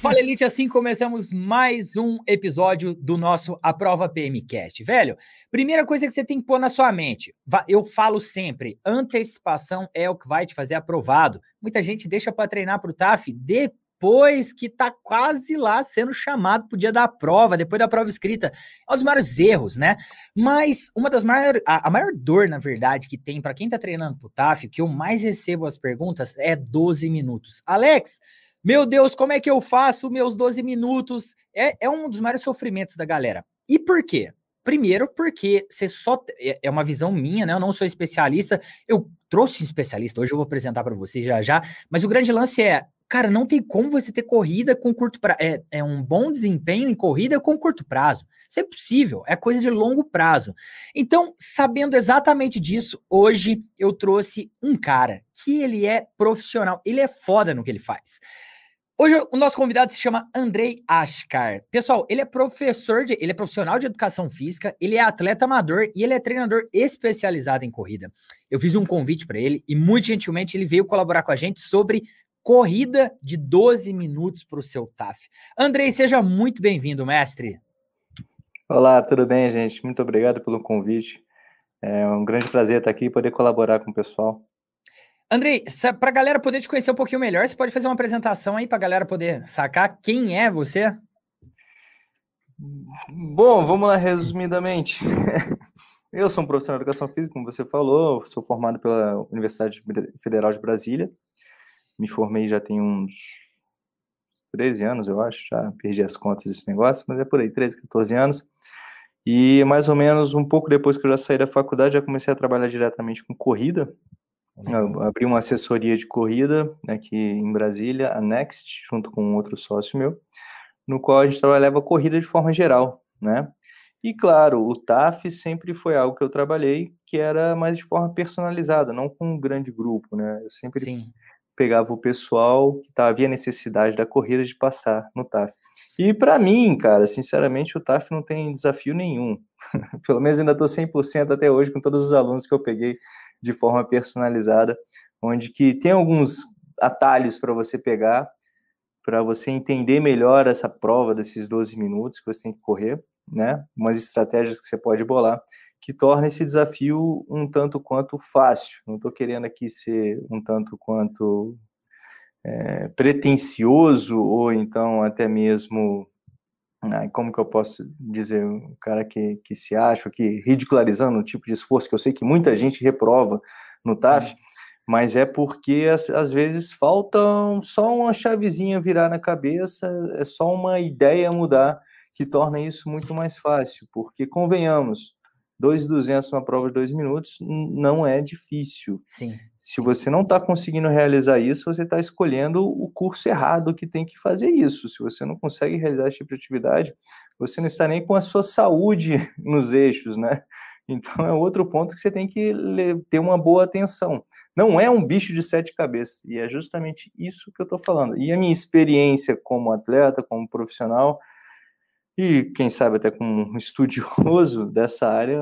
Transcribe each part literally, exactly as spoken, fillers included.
Fala, Elite, assim começamos mais um episódio do nosso Aprova PMcast. Velho, primeira coisa que você tem que pôr na sua mente, eu falo sempre, antecipação é o que vai te fazer aprovado. Muita gente deixa para treinar pro T A F depois que tá quase lá sendo chamado pro dia da prova, depois da prova escrita. É um dos maiores erros, né? Mas uma das maiores, a, a maior dor, na verdade, que tem para quem tá treinando pro T A F, que eu mais recebo as perguntas, é doze minutos. Alex, meu Deus, como é que eu faço meus doze minutos? É, é um dos maiores sofrimentos da galera. E por quê? Primeiro, porque você só... É uma visão minha, né? Eu não sou especialista. Eu trouxe um especialista, hoje eu vou apresentar para vocês já já. Mas o grande lance é, cara, não tem como você ter corrida com curto prazo. É, é um bom desempenho em corrida com curto prazo. Isso é possível, é coisa de longo prazo. Então, sabendo exatamente disso, hoje eu trouxe um cara que ele é profissional, ele é foda no que ele faz. Hoje o nosso convidado se chama Andrei Ashkar. Pessoal, ele é professor, de, ele é profissional de educação física, ele é atleta amador e ele é treinador especializado em corrida. Eu fiz um convite para ele e muito gentilmente ele veio colaborar com a gente sobre corrida de doze minutos para o seu T A F. Andrei, seja muito bem-vindo, mestre. Olá, tudo bem, gente? Muito obrigado pelo convite. É um grande prazer estar aqui e poder colaborar com o pessoal. Andrei, para a galera poder te conhecer um pouquinho melhor, você pode fazer uma apresentação aí para a galera poder sacar quem é você? Bom, vamos lá resumidamente. Eu sou um profissional de educação física, como você falou, sou formado pela Universidade Federal de Brasília. Me formei já tem uns treze anos, eu acho, já perdi as contas desse negócio, mas é por aí, treze, quatorze anos. E mais ou menos um pouco depois que eu já saí da faculdade, já comecei a trabalhar diretamente com corrida. Eu abri uma assessoria de corrida aqui em Brasília, a Next, junto com outro sócio meu, no qual a gente trabalhava corrida de forma geral, né? E claro, o T A F sempre foi algo que eu trabalhei, que era mais de forma personalizada, não com um grande grupo, né? Eu sempre Sim. pegava o pessoal que havia necessidade da corrida de passar no T A F. E para mim, cara, sinceramente, o T A F não tem desafio nenhum. Pelo menos ainda estou cem por cento até hoje com todos os alunos que eu peguei de forma personalizada, onde que tem alguns atalhos para você pegar, para você entender melhor essa prova desses doze minutos que você tem que correr, né? Umas estratégias que você pode bolar, que torna esse desafio um tanto quanto fácil. Não estou querendo aqui ser um tanto quanto é, pretencioso, ou então até mesmo, ah, como que eu posso dizer, um cara que, que se acha, que ridicularizando o tipo de esforço que eu sei que muita gente reprova no T A F, sim, mas é porque às, às vezes falta só uma chavezinha virar na cabeça, é só uma ideia mudar, que torna isso muito mais fácil, porque convenhamos, dois mil e duzentos numa prova de dois minutos não é difícil. Sim. Se você não está conseguindo realizar isso, você está escolhendo o curso errado que tem que fazer isso. Se você não consegue realizar esse tipo de atividade, você não está nem com a sua saúde nos eixos, né? Então é outro ponto que você tem que ter uma boa atenção. Não é um bicho de sete cabeças, e é justamente isso que eu estou falando. E a minha experiência como atleta, como profissional, e quem sabe até como um estudioso dessa área,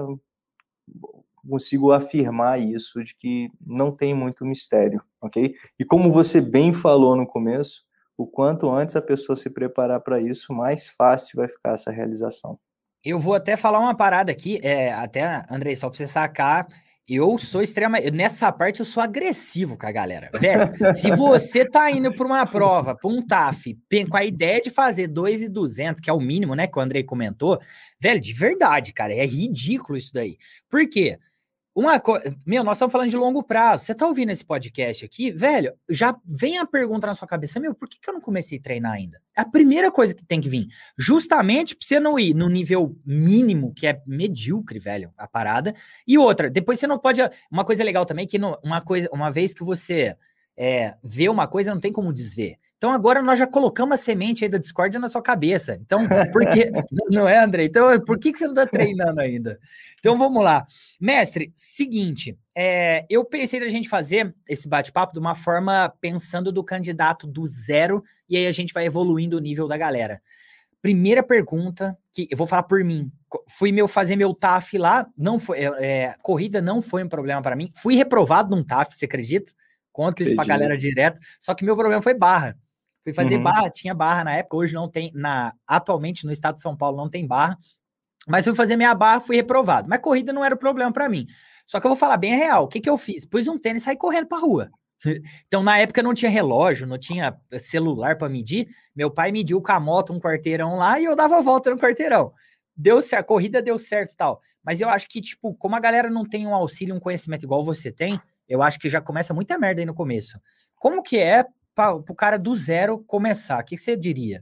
consigo afirmar isso, de que não tem muito mistério, ok? E como você bem falou no começo, o quanto antes a pessoa se preparar para isso, mais fácil vai ficar essa realização. Eu vou até falar uma parada aqui, é, até, Andrei, só para você sacar, eu sou extremamente, nessa parte eu sou agressivo com a galera, velho, se você tá indo para uma prova, para um T A F, com a ideia de fazer dois mil e duzentos, que é o mínimo, né, que o Andrei comentou, velho, de verdade, cara, é ridículo isso daí. Por quê? Uma coisa, meu, nós estamos falando de longo prazo. Você tá ouvindo esse podcast aqui, velho? Já vem a pergunta na sua cabeça, meu, por que, que eu não comecei a treinar ainda? É a primeira coisa que tem que vir, justamente para você não ir no nível mínimo, que é medíocre, velho, a parada. E outra, depois você não pode. Uma coisa legal também, que não, uma coisa, uma vez que você é, vê uma coisa, não tem como desver. Então agora nós já colocamos a semente aí da discórdia na sua cabeça. Então, por que... não é, Andrei? Então, por que, que você não tá treinando ainda? Então, vamos lá. Mestre, seguinte, é, eu pensei da gente fazer esse bate-papo de uma forma pensando do candidato do zero, e aí a gente vai evoluindo o nível da galera. Primeira pergunta, que eu vou falar por mim. Fui meu, fazer meu T A F lá, não foi, é, corrida não foi um problema para mim. Fui reprovado num T A F, você acredita? Conto isso pra galera direto. Só que meu problema foi barra. Fui fazer Uhum. barra, tinha barra na época, hoje não tem, na, atualmente no estado de São Paulo não tem barra, mas fui fazer minha barra, fui reprovado. Mas corrida não era o problema para mim. Só que eu vou falar bem a real, o que que eu fiz? Pus um tênis e saí correndo pra rua. Então, na época não tinha relógio, não tinha celular para medir, meu pai mediu com a moto um quarteirão lá e eu dava a volta no quarteirão. Deu certo, a corrida deu certo e tal. Mas eu acho que, tipo, como a galera não tem um auxílio, um conhecimento igual você tem, eu acho que já começa muita merda aí no começo. Como que é para o cara do zero começar? O que, que você diria?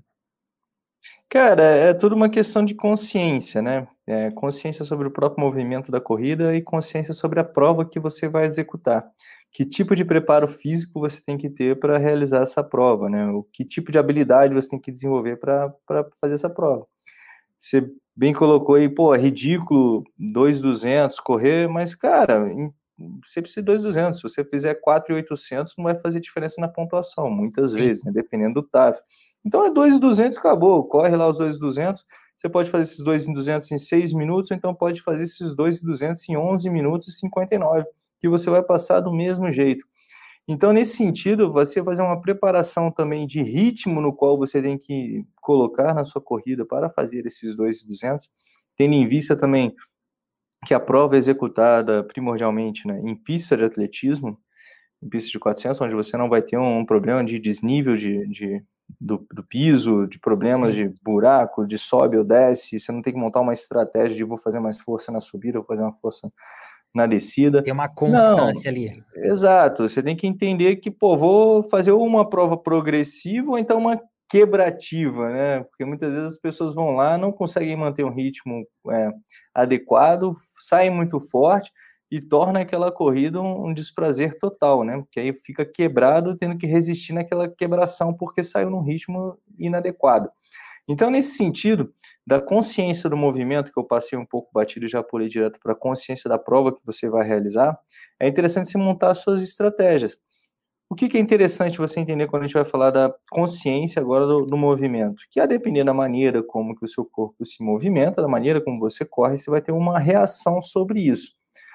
Cara, é tudo uma questão de consciência, né? É, consciência sobre o próprio movimento da corrida e consciência sobre a prova que você vai executar. Que tipo de preparo físico você tem que ter para realizar essa prova, né? O que tipo de habilidade você tem que desenvolver para fazer essa prova. Você bem colocou aí, pô, é ridículo dois mil e duzentos correr, mas, cara, em- você precisa de dois mil e duzentos. Se você fizer quatro mil e oitocentos, não vai fazer diferença na pontuação, muitas Sim. vezes, né, dependendo do T A F. Então é dois mil e duzentos, acabou. Corre lá os dois mil e duzentos. Você pode fazer esses dois mil e duzentos em seis minutos, ou então pode fazer esses dois mil e duzentos em onze minutos e cinquenta e nove, que você vai passar do mesmo jeito. Então, nesse sentido, você fazer uma preparação também de ritmo no qual você tem que colocar na sua corrida para fazer esses dois mil e duzentos, tendo em vista também que a prova é executada primordialmente, né, em pista de atletismo, em pista de quatrocentos, onde você não vai ter um problema de desnível de, de do, do piso, de problemas Sim. de buraco, de sobe ou desce, você não tem que montar uma estratégia de vou fazer mais força na subida, vou fazer uma força na descida. Tem uma Não, constância ali. exato, você tem que entender que, pô, vou fazer uma prova progressiva ou então uma quebrativa, né? Porque muitas vezes as pessoas vão lá, não conseguem manter um ritmo é, adequado, saem muito forte e torna aquela corrida um, um desprazer total, né? Porque aí fica quebrado, tendo que resistir naquela quebração porque saiu num ritmo inadequado. Então, nesse sentido, da consciência do movimento, que eu passei um pouco batido e já pulei direto para a consciência da prova que você vai realizar, é interessante você montar suas estratégias. O que, que é interessante você entender quando a gente vai falar da consciência agora do, do movimento? Que a depender da maneira como que o seu corpo se movimenta, da maneira como você corre, você vai ter uma reação sobre isso.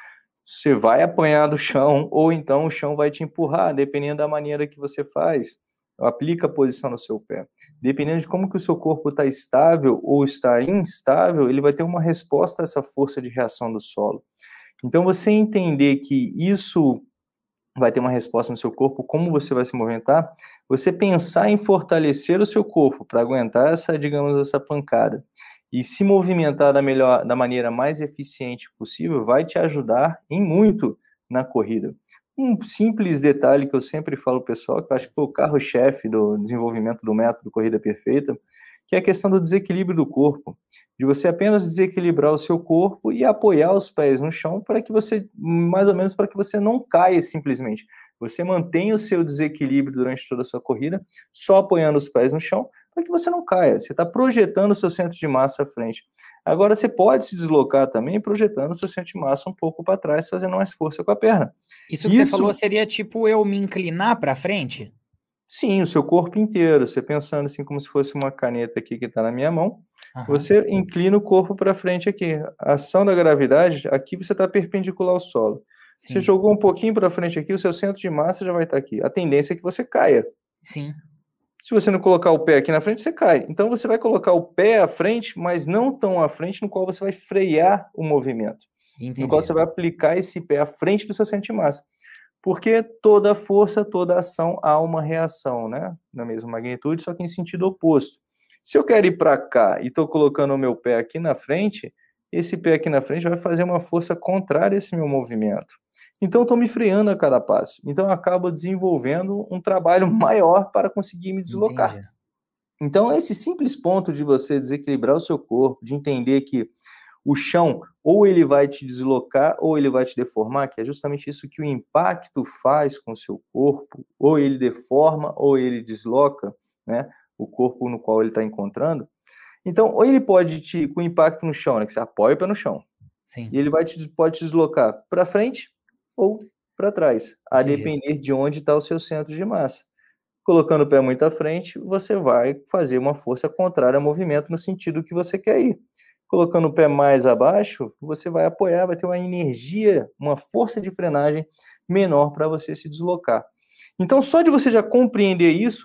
Você vai apanhar do chão, ou então o chão vai te empurrar, dependendo da maneira que você faz. Aplica a posição no seu pé. Dependendo de como que o seu corpo está estável ou está instável, ele vai ter uma resposta a essa força de reação do solo. Então, você entender que isso vai ter uma resposta no seu corpo, como você vai se movimentar, você pensar em fortalecer o seu corpo para aguentar essa, digamos, essa pancada e se movimentar da melhor, da maneira mais eficiente possível, vai te ajudar em muito na corrida. Um simples detalhe que eu sempre falo pessoal, que eu acho que foi o carro-chefe do desenvolvimento do método Corrida Perfeita, que é a questão do desequilíbrio do corpo, de você apenas desequilibrar o seu corpo e apoiar os pés no chão para que você, mais ou menos para que você não caia simplesmente. Você mantém o seu desequilíbrio durante toda a sua corrida, só apoiando os pés no chão, para que você não caia. Você está projetando o seu centro de massa à frente. Agora, você pode se deslocar também projetando o seu centro de massa um pouco para trás, fazendo mais força com a perna. Isso que você falou Isso, seria tipo eu me inclinar para frente? sim, o seu corpo inteiro. Você pensando assim como se fosse uma caneta aqui que está na minha mão, Aham. você inclina o corpo para frente aqui. A ação da gravidade, aqui você está perpendicular ao solo. Você Sim, jogou um pouquinho para frente aqui, o seu centro de massa já vai estar aqui. A tendência é que você caia. sim, Se você não colocar o pé aqui na frente, você cai. Então você vai colocar o pé à frente, mas não tão à frente, no qual você vai frear o movimento, no qual entendi. você vai aplicar esse pé à frente do seu centro de massa. Porque toda força, toda ação há uma reação, né? Na mesma magnitude, só que em sentido oposto. Se eu quero ir para cá e estou colocando o meu pé aqui na frente, esse pé aqui na frente vai fazer uma força contrária a esse meu movimento. Então, estou me freando a cada passo. Então, eu acabo desenvolvendo um trabalho maior para conseguir me deslocar. Entendi. Então, esse simples ponto de você desequilibrar o seu corpo, de entender que o chão ou ele vai te deslocar ou ele vai te deformar, que é justamente isso que o impacto faz com o seu corpo, ou ele deforma ou ele desloca, né, o corpo no qual ele está encontrando. Então, ou ele pode te, com o impacto no chão, né, que você apoia o pé no chão, Sim, e ele vai te, pode te deslocar para frente ou para trás, a entendi. depender de onde está o seu centro de massa. Colocando o pé muito à frente, você vai fazer uma força contrária ao movimento no sentido que você quer ir. Colocando o pé mais abaixo, você vai apoiar, vai ter uma energia, uma força de frenagem menor para você se deslocar. Então, só de você já compreender isso,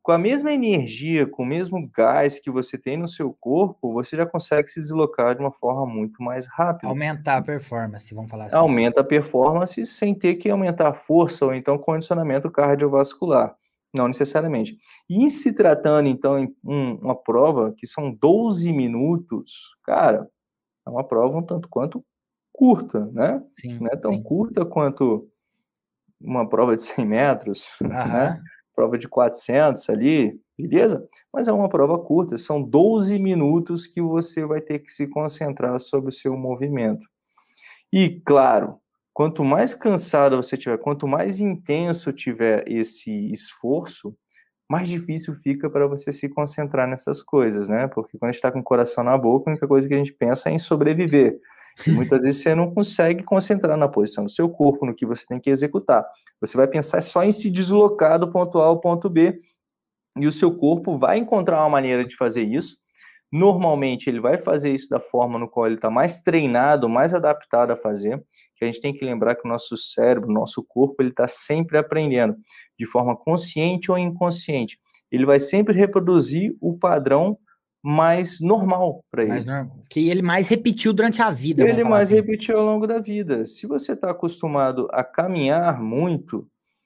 com a mesma energia, com o mesmo gás que você tem no seu corpo, você já consegue se deslocar de uma forma muito mais rápida. Aumentar a performance, vamos falar assim. Aumenta a performance sem ter que aumentar a força ou então condicionamento cardiovascular. Não necessariamente. E se tratando, então, em um, uma prova que são doze minutos, cara, é uma prova um tanto quanto curta, né? Sim, Não é tão sim. curta quanto uma prova de cem metros, né? Aham. Prova de quatrocentos ali, beleza? Mas é uma prova curta, são doze minutos que você vai ter que se concentrar sobre o seu movimento. E, claro, quanto mais cansado você tiver, quanto mais intenso tiver esse esforço, mais difícil fica para você se concentrar nessas coisas, né? Porque quando a gente está com o coração na boca, a única coisa que a gente pensa é em sobreviver. E muitas vezes você não consegue concentrar na posição do seu corpo, no que você tem que executar. Você vai pensar só em se deslocar do ponto A ao ponto B, e o seu corpo vai encontrar uma maneira de fazer isso. Normalmente ele vai fazer isso da forma no qual ele está mais treinado, mais adaptado a fazer, que a gente tem que lembrar que o nosso cérebro, o nosso corpo, ele está sempre aprendendo, de forma consciente ou inconsciente. Ele vai sempre reproduzir o padrão mais normal para Mas ele. não, que ele mais repetiu durante a vida, vamos Ele falar mais assim. repetiu ao longo da vida. Se você está acostumado a caminhar muito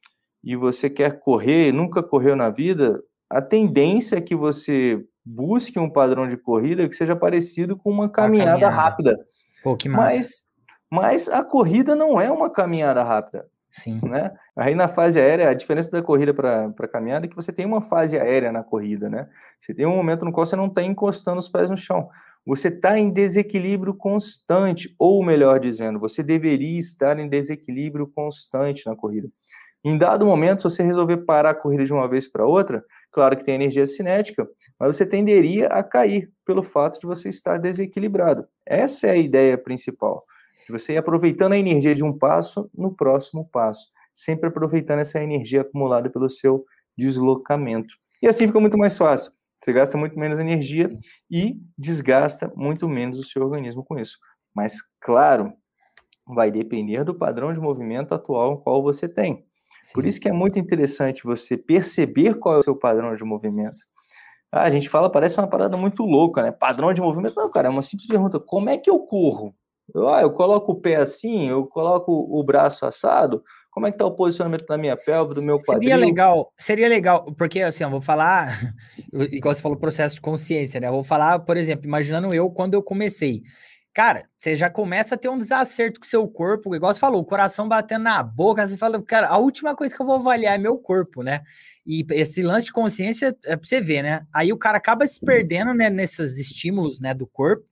e você quer correr, nunca correu na vida, a tendência é que você busque um padrão de corrida que seja parecido com uma A caminhada caminhada. rápida. Pô, que massa. Mas, mas a corrida não é uma caminhada rápida, Sim. né? Aí na fase aérea, a diferença da corrida para a caminhada é que você tem uma fase aérea na corrida, né? Você tem um momento no qual você não está encostando os pés no chão. Você está em desequilíbrio constante, ou melhor dizendo, você deveria estar em desequilíbrio constante na corrida. Em dado momento, se você resolver parar a corrida de uma vez para outra, claro que tem energia cinética, mas você tenderia a cair pelo fato de você estar desequilibrado. Essa é a ideia principal, de você ir aproveitando a energia de um passo no próximo passo, sempre aproveitando essa energia acumulada pelo seu deslocamento. E assim fica muito mais fácil. Você gasta muito menos energia e desgasta muito menos o seu organismo com isso. Mas, claro, vai depender do padrão de movimento atual qual você tem. Por Sim. isso que é muito interessante você perceber qual é o seu padrão de movimento. Ah, a gente fala, parece uma parada muito louca, né? Padrão de movimento. Não, cara, é uma simples pergunta. Como é que eu corro? Eu, ah, eu coloco o pé assim, eu coloco o braço assado. Como é que tá o posicionamento da minha pelve, do meu Seria quadril? legal, seria legal, porque assim, eu vou falar, igual você falou, processo de consciência, né? Eu vou falar, por exemplo, imaginando eu quando eu comecei. Cara, você já começa a ter um desacerto com o seu corpo, igual você falou, o coração batendo na boca, você fala, cara, a última coisa que eu vou avaliar é meu corpo, né? E esse lance de consciência é pra você ver, né? Aí o cara acaba se perdendo, né, nesses estímulos, né, do corpo,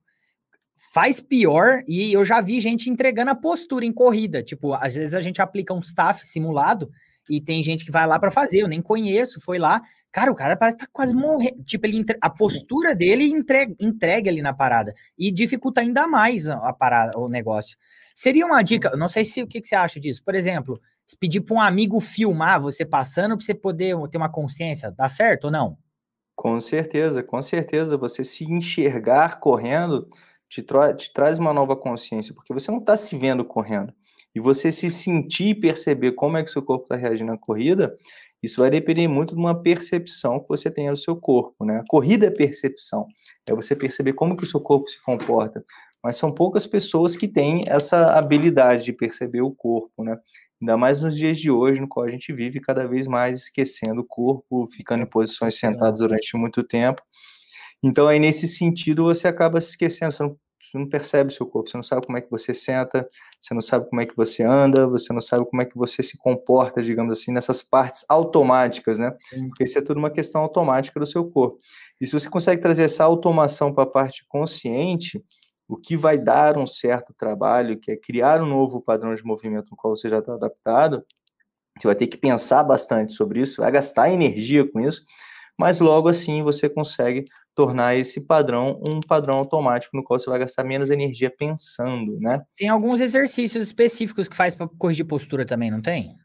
faz pior, e eu já vi gente entregando a postura em corrida. Tipo, às vezes a gente aplica um staff simulado e tem gente que vai lá para fazer, eu nem conheço, foi lá. Cara, o cara parece que tá quase morrendo. Tipo, ele entre... a postura dele entrega, entrega ali na parada e dificulta ainda mais a parada, o negócio. Seria uma dica, não sei se o que, que você acha disso. Por exemplo, se pedir para um amigo filmar você passando para você poder ter uma consciência, dá certo ou não? Com certeza, com certeza. Você se enxergar correndo te, tra te traz uma nova consciência, porque você não está se vendo correndo. E você se sentir e perceber como é que o seu corpo está reagindo à corrida, isso vai depender muito de uma percepção que você tem do seu corpo, né? A corrida é percepção, é você perceber como que o seu corpo se comporta. Mas são poucas pessoas que têm essa habilidade de perceber o corpo, né? Ainda mais nos dias de hoje, no qual a gente vive cada vez mais esquecendo o corpo, ficando em posições sentadas durante muito tempo. Então, aí, nesse sentido, você acaba se esquecendo, você não, você não percebe o seu corpo, você não sabe como é que você senta, você não sabe como é que você anda, você não sabe como é que você se comporta, digamos assim, nessas partes automáticas, né? Sim. Porque isso é tudo uma questão automática do seu corpo. E se você consegue trazer essa automação para a parte consciente, o que vai dar um certo trabalho, que é criar um novo padrão de movimento no qual você já está adaptado, você vai ter que pensar bastante sobre isso, vai gastar energia com isso, mas logo assim você consegue tornar esse padrão um padrão automático no qual você vai gastar menos energia pensando, né? Tem alguns exercícios específicos que faz para corrigir postura também, não tem?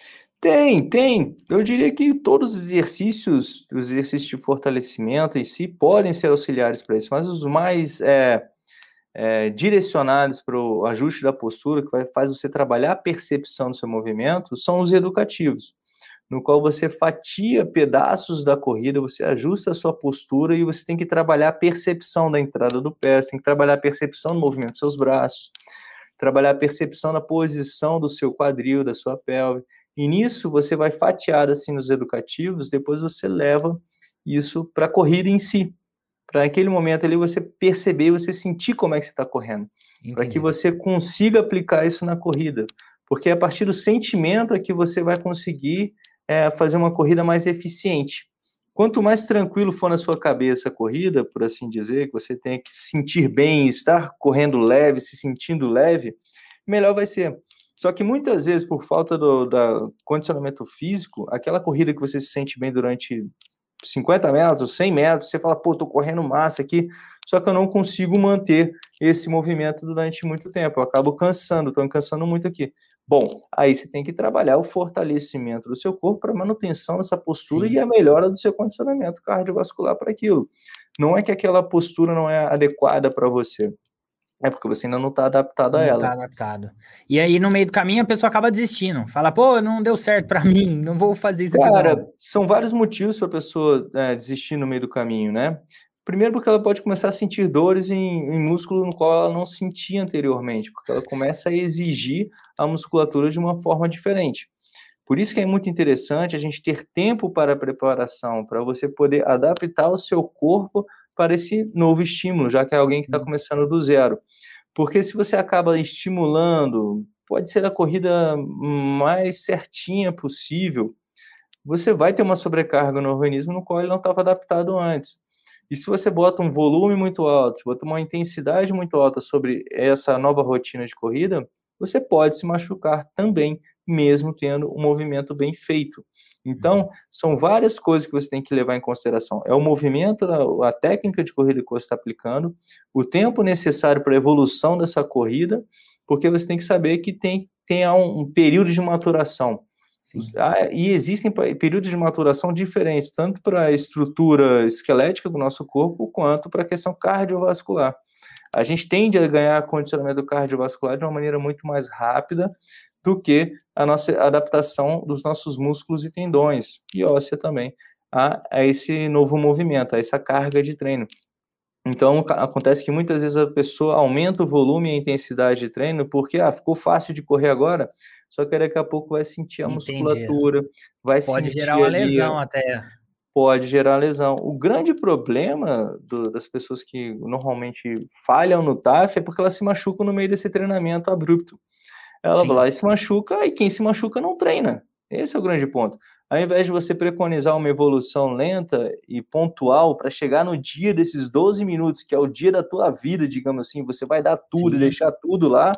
Tem, tem. Eu diria que todos os exercícios, os exercícios de fortalecimento em si, podem ser auxiliares para isso, mas os mais é, é, direcionados para o ajuste da postura, que vai, faz você trabalhar a percepção do seu movimento, são os educativos. no qual você fatia pedaços da corrida, você ajusta a sua postura e você tem que trabalhar a percepção da entrada do pé, você tem que trabalhar a percepção do movimento dos seus braços, trabalhar a percepção da posição do seu quadril, da sua pelve. E nisso você vai fatiar assim nos educativos, depois você leva isso para a corrida em si. Para naquele momento ali você perceber, você sentir como é que você está correndo. Para que você consiga aplicar isso na corrida. Porque é a partir do sentimento é que você vai conseguir é, fazer uma corrida mais eficiente. Quanto mais tranquilo for na sua cabeça a corrida, por assim dizer, que você tem que se sentir bem, estar correndo leve, se sentindo leve, melhor vai ser. Só que muitas vezes, por falta do da condicionamento físico, aquela corrida que você se sente bem durante cinquenta metros, cem metros, você fala, pô, tô correndo massa aqui, só que eu não consigo manter esse movimento durante muito tempo, eu acabo cansando, tô me cansando muito aqui. Bom, aí você tem que trabalhar o fortalecimento do seu corpo para manutenção dessa postura. Sim. E a melhora do seu condicionamento cardiovascular para aquilo. Não é que aquela postura não é adequada para você, é porque você ainda não está adaptado a ela. Não está adaptado. E aí, no meio do caminho, a pessoa acaba desistindo. Fala, pô, não deu certo para mim, não vou fazer isso aqui. Cara, são vários motivos para a pessoa é, desistir no meio do caminho, né? Primeiro porque ela pode começar a sentir dores em, em músculo no qual ela não sentia anteriormente, porque ela começa a exigir a musculatura de uma forma diferente. Por isso que é muito interessante a gente ter tempo para a preparação, para você poder adaptar o seu corpo para esse novo estímulo, já que é alguém que está começando do zero. Porque se você acaba estimulando, pode ser a corrida mais certinha possível, você vai ter uma sobrecarga no organismo no qual ele não estava adaptado antes. E se você bota um volume muito alto, bota uma intensidade muito alta sobre essa nova rotina de corrida, você pode se machucar também, mesmo tendo um movimento bem feito. Então, são várias coisas que você tem que levar em consideração. É o movimento, a técnica de corrida que você está aplicando, o tempo necessário para a evolução dessa corrida, porque você tem que saber que tem, tem um, um período de maturação. Ah, e existem períodos de maturação diferentes, tanto para a estrutura esquelética do nosso corpo, quanto para a questão cardiovascular. A gente tende a ganhar condicionamento cardiovascular de uma maneira muito mais rápida do que a nossa adaptação dos nossos músculos e tendões, e óssea também, a, a esse novo movimento, a essa carga de treino. Então, acontece que muitas vezes a pessoa aumenta o volume e a intensidade de treino porque, ah, ficou fácil de correr agora, só que daqui a pouco vai sentir a Entendi. musculatura, vai pode sentir gerar uma ali, lesão até. Pode gerar lesão. O grande problema do, das pessoas que normalmente falham no T A F é porque elas se machucam no meio desse treinamento abrupto. Ela Sim. vai lá e se machuca, e quem se machuca não treina. Esse é o grande ponto. Ao invés de você preconizar uma evolução lenta e pontual para chegar no dia desses doze minutos, que é o dia da tua vida, digamos assim, você vai dar tudo Sim. e deixar tudo lá,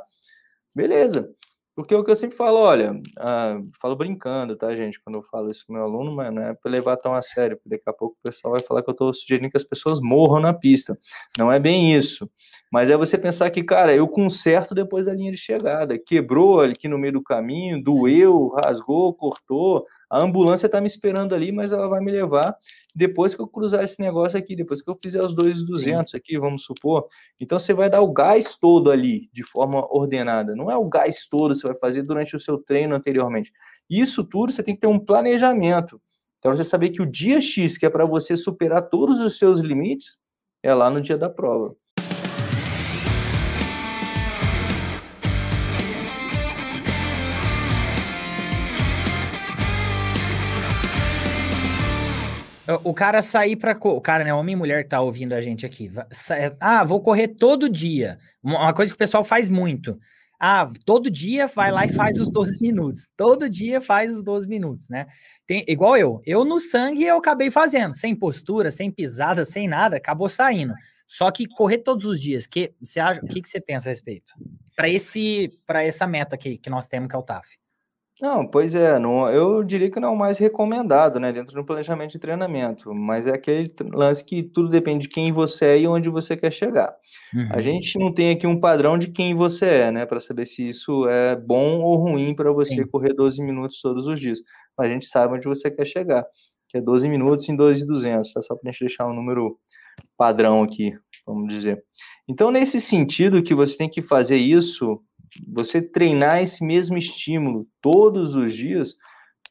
beleza. Porque o que eu sempre falo, olha, ah, falo brincando, tá, gente, quando eu falo isso com meu aluno, mas não é para levar tão a sério, porque daqui a pouco o pessoal vai falar que eu estou sugerindo que as pessoas morram na pista. Não é bem isso. Mas é você pensar que, cara, eu conserto depois da linha de chegada. Quebrou aqui no meio do caminho, doeu, rasgou, cortou. A ambulância está me esperando ali, mas ela vai me levar depois que eu cruzar esse negócio aqui, depois que eu fizer os dois mil e duzentos aqui, vamos supor. Então, você vai dar o gás todo ali, de forma ordenada. Não é o gás todo que você vai fazer durante o seu treino anteriormente. Isso tudo você tem que ter um planejamento. Então, você saber que o dia X, que é para você superar todos os seus limites, é lá no dia da prova. O cara sair para... O cara, né? Homem e mulher que tá ouvindo a gente aqui. Ah, vou correr todo dia. Uma coisa que o pessoal faz muito. Ah, todo dia vai lá e faz os doze minutos. Todo dia faz os doze minutos, né? Tem, igual eu. Eu no sangue eu acabei fazendo. Sem postura, sem pisada, sem nada. Acabou saindo. Só que correr todos os dias. Que, você acha, o que, que você pensa a respeito? Para esse, para essa meta aqui que nós temos, que é o T A F. Não, pois é, não, eu diria que não é o mais recomendado, né, dentro do planejamento de treinamento, mas é aquele lance que tudo depende de quem você é e onde você quer chegar. Uhum. A gente não tem aqui um padrão de quem você é, né, para saber se isso é bom ou ruim para você Sim. correr doze minutos todos os dias, mas a gente sabe onde você quer chegar, que é doze minutos em doze mil e duzentos, tá? Só para a gente deixar um número padrão aqui, vamos dizer. Então, nesse sentido que você tem que fazer isso, você treinar esse mesmo estímulo todos os dias,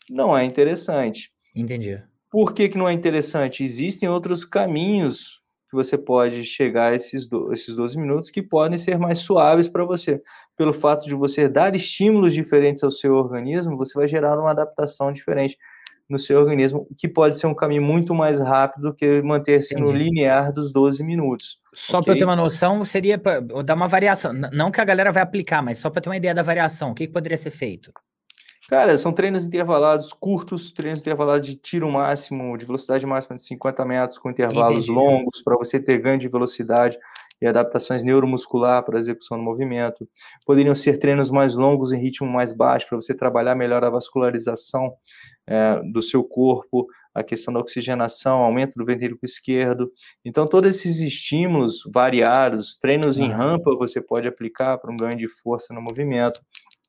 não é interessante. Entendi. Por que que não é interessante? Existem outros caminhos que você pode chegar a esses, do, esses doze minutos que podem ser mais suaves para você. Pelo fato de você dar estímulos diferentes ao seu organismo, você vai gerar uma adaptação diferente no seu organismo, que pode ser um caminho muito mais rápido do que manter-se no linear dos doze minutos. Só okay? para eu ter uma noção, seria para dar uma variação. Não que a galera vai aplicar, mas só para ter uma ideia da variação. O que, que poderia ser feito? Cara, são treinos intervalados curtos, treinos intervalados de tiro máximo, de velocidade máxima de cinquenta metros, com intervalos Entendi. longos, para você ter ganho de velocidade e adaptações neuromuscular para a execução do movimento. Poderiam ser treinos mais longos em ritmo mais baixo, para você trabalhar melhor a vascularização é, do seu corpo, a questão da oxigenação, aumento do ventrículo esquerdo. Então, todos esses estímulos variados, treinos ah. em rampa você pode aplicar para um ganho de força no movimento.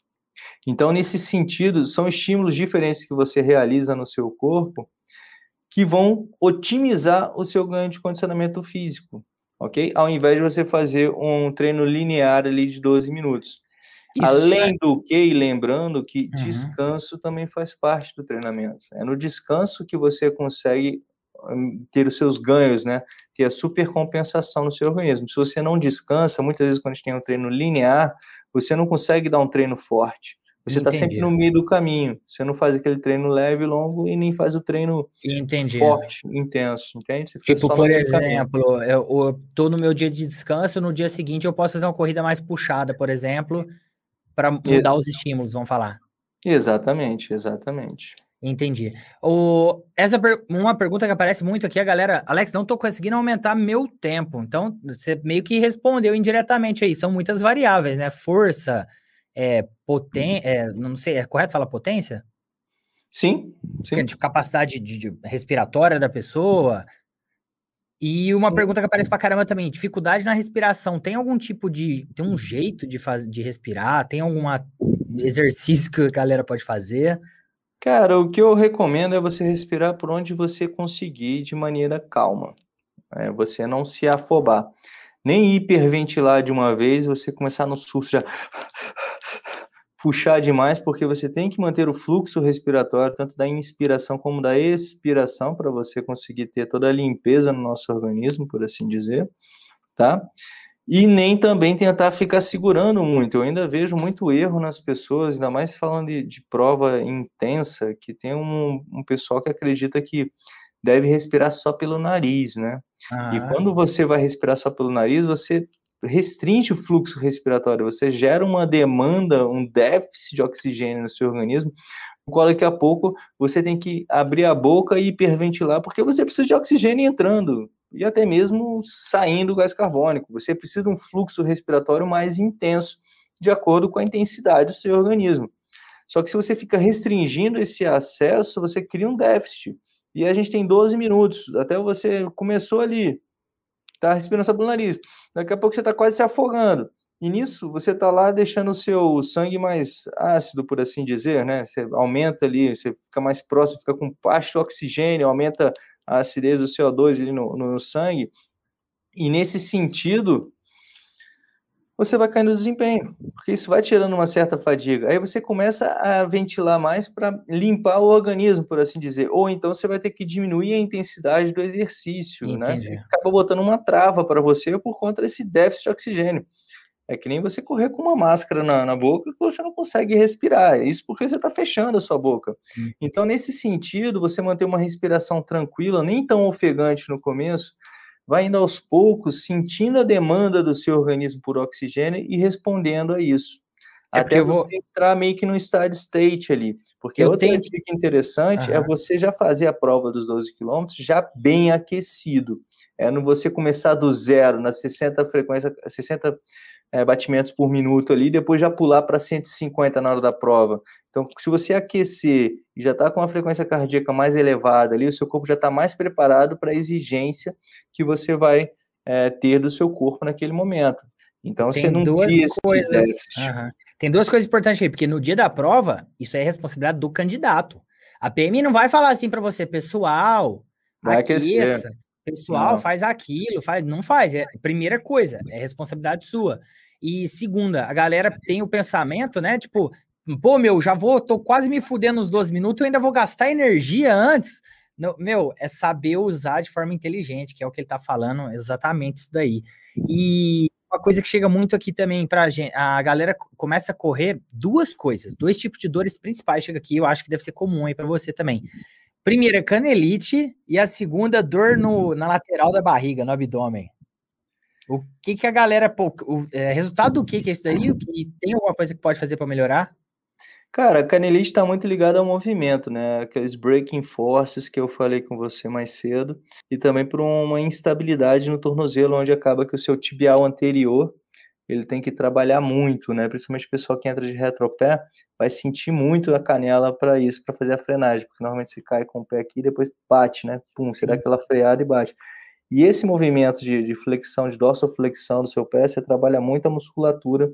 Então, nesse sentido, são estímulos diferentes que você realiza no seu corpo que vão otimizar o seu ganho de condicionamento físico, ok? Ao invés de você fazer um treino linear ali de doze minutos. Isso Além é... do que, e lembrando que uhum. descanso também faz parte do treinamento. É no descanso que você consegue ter os seus ganhos, né? Ter a supercompensação no seu organismo. Se você não descansa, muitas vezes quando a gente tem um treino linear, você não consegue dar um treino forte. Você está sempre no meio do caminho. Você não faz aquele treino leve, longo e nem faz o treino Entendi. forte, intenso, entende? Você fica tipo, por exemplo, eu estou no meu dia de descanso, no dia seguinte eu posso fazer uma corrida mais puxada, por exemplo, para mudar e... os estímulos, vamos falar. Exatamente, exatamente. Entendi. O, essa per, uma pergunta que aparece muito aqui, a galera, Alex, não estou conseguindo aumentar meu tempo. Então, você meio que respondeu indiretamente aí. São muitas variáveis, né? Força, é, potência, é, não sei, é correto falar potência? Sim, sim. De capacidade de, de respiratória da pessoa. E uma sim. pergunta que aparece pra caramba também, dificuldade na respiração. Tem algum tipo de, tem um jeito de, faz, de respirar? Tem algum exercício que a galera pode fazer? Cara, o que eu recomendo é você respirar por onde você conseguir de maneira calma. É, você não se afobar. Nem hiperventilar de uma vez, você começar no susto já... puxar demais, porque você tem que manter o fluxo respiratório, tanto da inspiração como da expiração, para você conseguir ter toda a limpeza no nosso organismo, por assim dizer, tá? E nem também tentar ficar segurando muito. Eu ainda vejo muito erro nas pessoas, ainda mais falando de, de prova intensa, que tem um, um pessoal que acredita que deve respirar só pelo nariz, né? Ah. E quando você vai respirar só pelo nariz, você restringe o fluxo respiratório, você gera uma demanda, um déficit de oxigênio no seu organismo, no qual daqui a pouco você tem que abrir a boca e hiperventilar, porque você precisa de oxigênio entrando, e até mesmo saindo gás carbônico. Você precisa de um fluxo respiratório mais intenso, de acordo com a intensidade do seu organismo. Só que se você fica restringindo esse acesso, você cria um déficit. E a gente tem doze minutos, até você começou ali, tá respirando só pelo nariz. Daqui a pouco você está quase se afogando. E nisso, você está lá deixando o seu sangue mais ácido, por assim dizer, né? Você aumenta ali, você fica mais próximo, fica com baixo oxigênio, aumenta a acidez do C O dois ali no, no sangue. E nesse sentido, você vai caindo no desempenho, porque isso vai tirando uma certa fadiga. Aí você começa a ventilar mais para limpar o organismo, por assim dizer. Ou então você vai ter que diminuir a intensidade do exercício, Entendi. né? Você acaba botando uma trava para você por conta desse déficit de oxigênio. É que nem você correr com uma máscara na, na boca que você não consegue respirar. Isso porque você está fechando a sua boca. Sim. Então, nesse sentido, você manter uma respiração tranquila, nem tão ofegante no começo, vai indo aos poucos, sentindo a demanda do seu organismo por oxigênio e respondendo a isso. É até você vou... entrar meio que no steady state ali. Porque eu outra tenho... dica interessante uhum. é você já fazer a prova dos doze quilômetros já bem aquecido. É no você começar do zero, nas sessenta frequências, sessenta é, batimentos por minuto ali, depois já pular para cento e cinquenta na hora da prova. Então, se você aquecer e já está com uma frequência cardíaca mais elevada ali, o seu corpo já está mais preparado para a exigência que você vai é, ter do seu corpo naquele momento. Então, Tem você não duas cria coisas. Uhum. Tem duas coisas importantes aí, porque no dia da prova, isso é responsabilidade do candidato. A P M não vai falar assim para você, pessoal, vai aqueça, aquecer. pessoal, Não. faz aquilo, faz, não faz. É primeira coisa, é responsabilidade sua. E segunda, a galera tem o pensamento, né? Tipo, pô, meu, já vou, tô quase me fudendo nos doze minutos, eu ainda vou gastar energia antes. Não, meu, é saber usar de forma inteligente, que é o que ele tá falando, exatamente isso daí. E uma coisa que chega muito aqui também pra gente, a galera começa a correr duas coisas, dois tipos de dores principais chega aqui, eu acho que deve ser comum aí pra você também. Primeira, canelite, e a segunda, dor no, na lateral da barriga, no abdômen. O que que a galera, pô, o é, resultado do que que é isso daí? E tem alguma coisa que pode fazer para melhorar? Cara, a canelite está muito ligada ao movimento, né? Aqueles breaking forces que eu falei com você mais cedo, e também por uma instabilidade no tornozelo, onde acaba que o seu tibial anterior ele tem que trabalhar muito, né? Principalmente o pessoal que entra de retropé vai sentir muito a canela para isso, para fazer a frenagem, porque normalmente você cai com o pé aqui e depois bate, né? Pum, você dá Sim. aquela freada e bate. E esse movimento de, de flexão, de dorsoflexão do seu pé, você trabalha muito a musculatura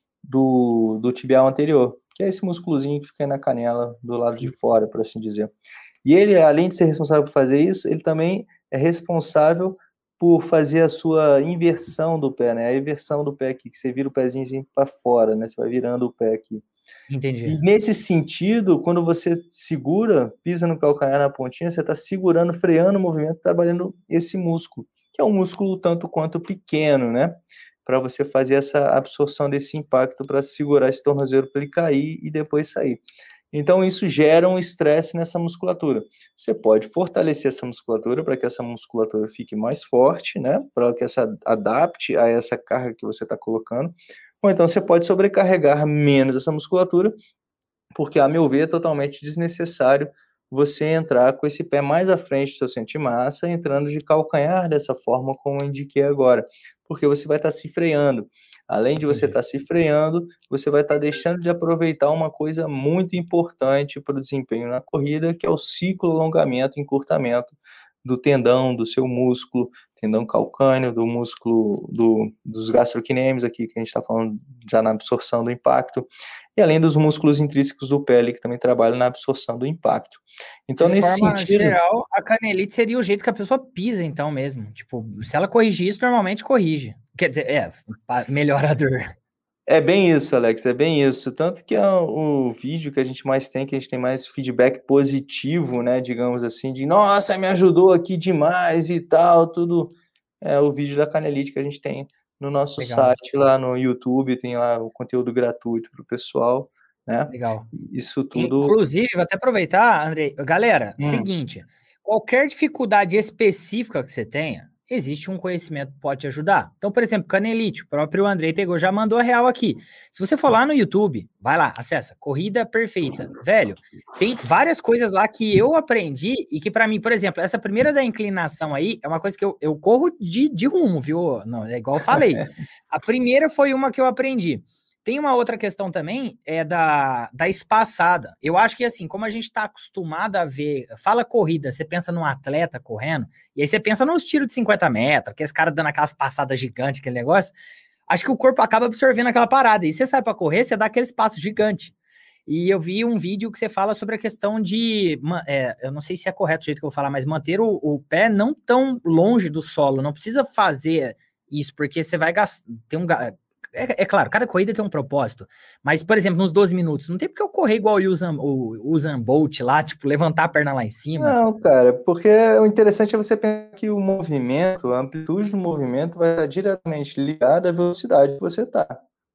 do, do tibial anterior, que é esse músculozinho que fica aí na canela do lado de Sim. fora, por assim dizer. E ele, além de ser responsável por fazer isso, ele também é responsável por fazer a sua inversão do pé, né? A inversão do pé aqui, que você vira o pezinho assim para fora, né? Você vai virando o pé aqui. Entendi. E nesse sentido, quando você segura, pisa no calcanhar na pontinha, você está segurando, freando o movimento, trabalhando esse músculo, que é um músculo tanto quanto pequeno, né? Para você fazer essa absorção desse impacto, para segurar esse tornozelo para ele cair e depois sair. Então, isso gera um estresse nessa musculatura. Você pode fortalecer essa musculatura para que essa musculatura fique mais forte, né? Para que essa adapte a essa carga que você está colocando. Ou então você pode sobrecarregar menos essa musculatura, porque, a meu ver, é totalmente desnecessário você entrar com esse pé mais à frente do seu centro de massa, entrando de calcanhar dessa forma como eu indiquei agora, porque você vai estar se freando. Além de você Entendi. estar se freando, você vai estar deixando de aproveitar uma coisa muito importante para o desempenho na corrida, que é o ciclo alongamento e encurtamento do tendão, do seu músculo, tendão calcâneo, do músculo do, dos gastrocnêmios aqui, que a gente está falando já na absorção do impacto, e além dos músculos intrínsecos do pé, que também trabalham na absorção do impacto. Então, De nesse forma sentido... geral, a canelite seria o jeito que a pessoa pisa, então mesmo. Tipo, se ela corrigir isso, normalmente corrige. Quer dizer, é, melhora a dor. É bem isso, Alex, é bem isso. Tanto que é o vídeo que a gente mais tem, que a gente tem mais feedback positivo, né, digamos assim, de nossa, me ajudou aqui demais e tal, tudo. É o vídeo da canelite que a gente tem no nosso Legal. site, lá no YouTube, tem lá o conteúdo gratuito para o pessoal, né? Legal. Isso tudo. Inclusive, vou até aproveitar, Andrei. Galera, Hum. seguinte, qualquer dificuldade específica que você tenha, existe um conhecimento que pode te ajudar. Então, por exemplo, canelite, o próprio Andrei pegou, já mandou a real aqui. Se você for lá no YouTube, vai lá, acessa, Corrida Perfeita. Velho, tem várias coisas lá que eu aprendi e que para mim, por exemplo, essa primeira da inclinação aí é uma coisa que eu, eu corro de, de rumo, viu? Não, é igual eu falei. A primeira foi uma que eu aprendi. Tem uma outra questão também, é da, da espaçada. Eu acho que, assim, como a gente está acostumado a ver, fala corrida, você pensa num atleta correndo, e aí você pensa nos tiros de cinquenta metros, aqueles caras dando aquelas passadas gigantes, aquele negócio, acho que o corpo acaba absorvendo aquela parada. E você sai para correr, você dá aqueles passos gigantes. E eu vi um vídeo que você fala sobre a questão de, é, eu não sei se é correto o jeito que eu vou falar, mas manter o, o pé não tão longe do solo, não precisa fazer isso, porque você vai gastar, tem um... É, é claro, cada corrida tem um propósito. Mas, por exemplo, nos doze minutos, não tem porque eu correr igual o Usain, o Usain Bolt lá, tipo, levantar a perna lá em cima. Não, cara, porque o interessante é você pensar que o movimento, a amplitude do movimento vai estar diretamente ligada à velocidade que você está.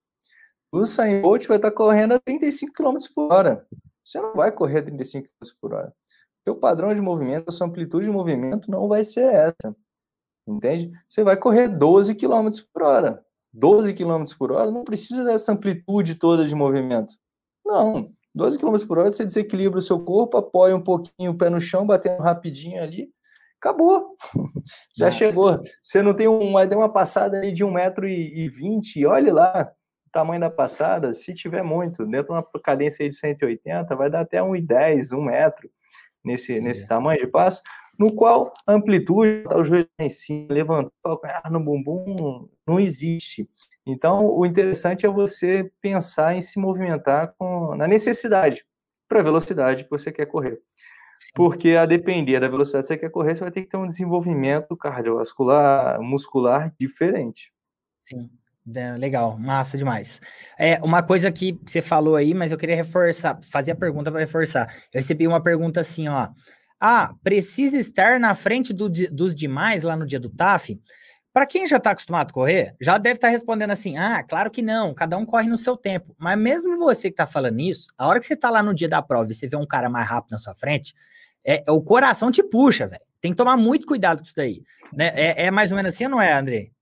O Usain Bolt vai estar correndo a trinta e cinco quilômetros por hora. Você não vai correr a trinta e cinco quilômetros por hora. Seu padrão de movimento, a sua amplitude de movimento não vai ser essa. Entende? Você vai correr doze quilômetros por hora. doze quilômetros por hora não precisa dessa amplitude toda de movimento. Não. doze quilômetros por hora você desequilibra o seu corpo, apoia um pouquinho o pé no chão, batendo rapidinho ali. Acabou. Já Nossa. chegou. Você não tem uma, tem uma passada ali de um metro e vinte, olhe lá o tamanho da passada, se tiver muito, dentro de uma cadência de cento e oitenta, vai dar até um e dez, um metro nesse, nesse tamanho de passo, no qual a amplitude, o joelho em cima, levantar o calcanhar no bumbum, não existe. Então, o interessante é você pensar em se movimentar com, na necessidade, para a velocidade que você quer correr. Sim. Porque, a depender da velocidade que você quer correr, você vai ter que ter um desenvolvimento cardiovascular, muscular diferente. Sim. É, legal, massa demais. É, uma coisa que você falou aí, mas eu queria reforçar, fazer a pergunta para reforçar. Eu recebi uma pergunta assim, ó. Ah, precisa estar na frente do di- dos demais lá no dia do T A F? Para quem já está acostumado a correr, já deve estar respondendo assim: ah, claro que não, cada um corre no seu tempo. Mas mesmo você que está falando isso, a hora que você está lá no dia da prova e você vê um cara mais rápido na sua frente, é, o coração te puxa, velho. Tem que tomar muito cuidado com isso daí. Né? É, é mais ou menos assim, ou não é, Andrei?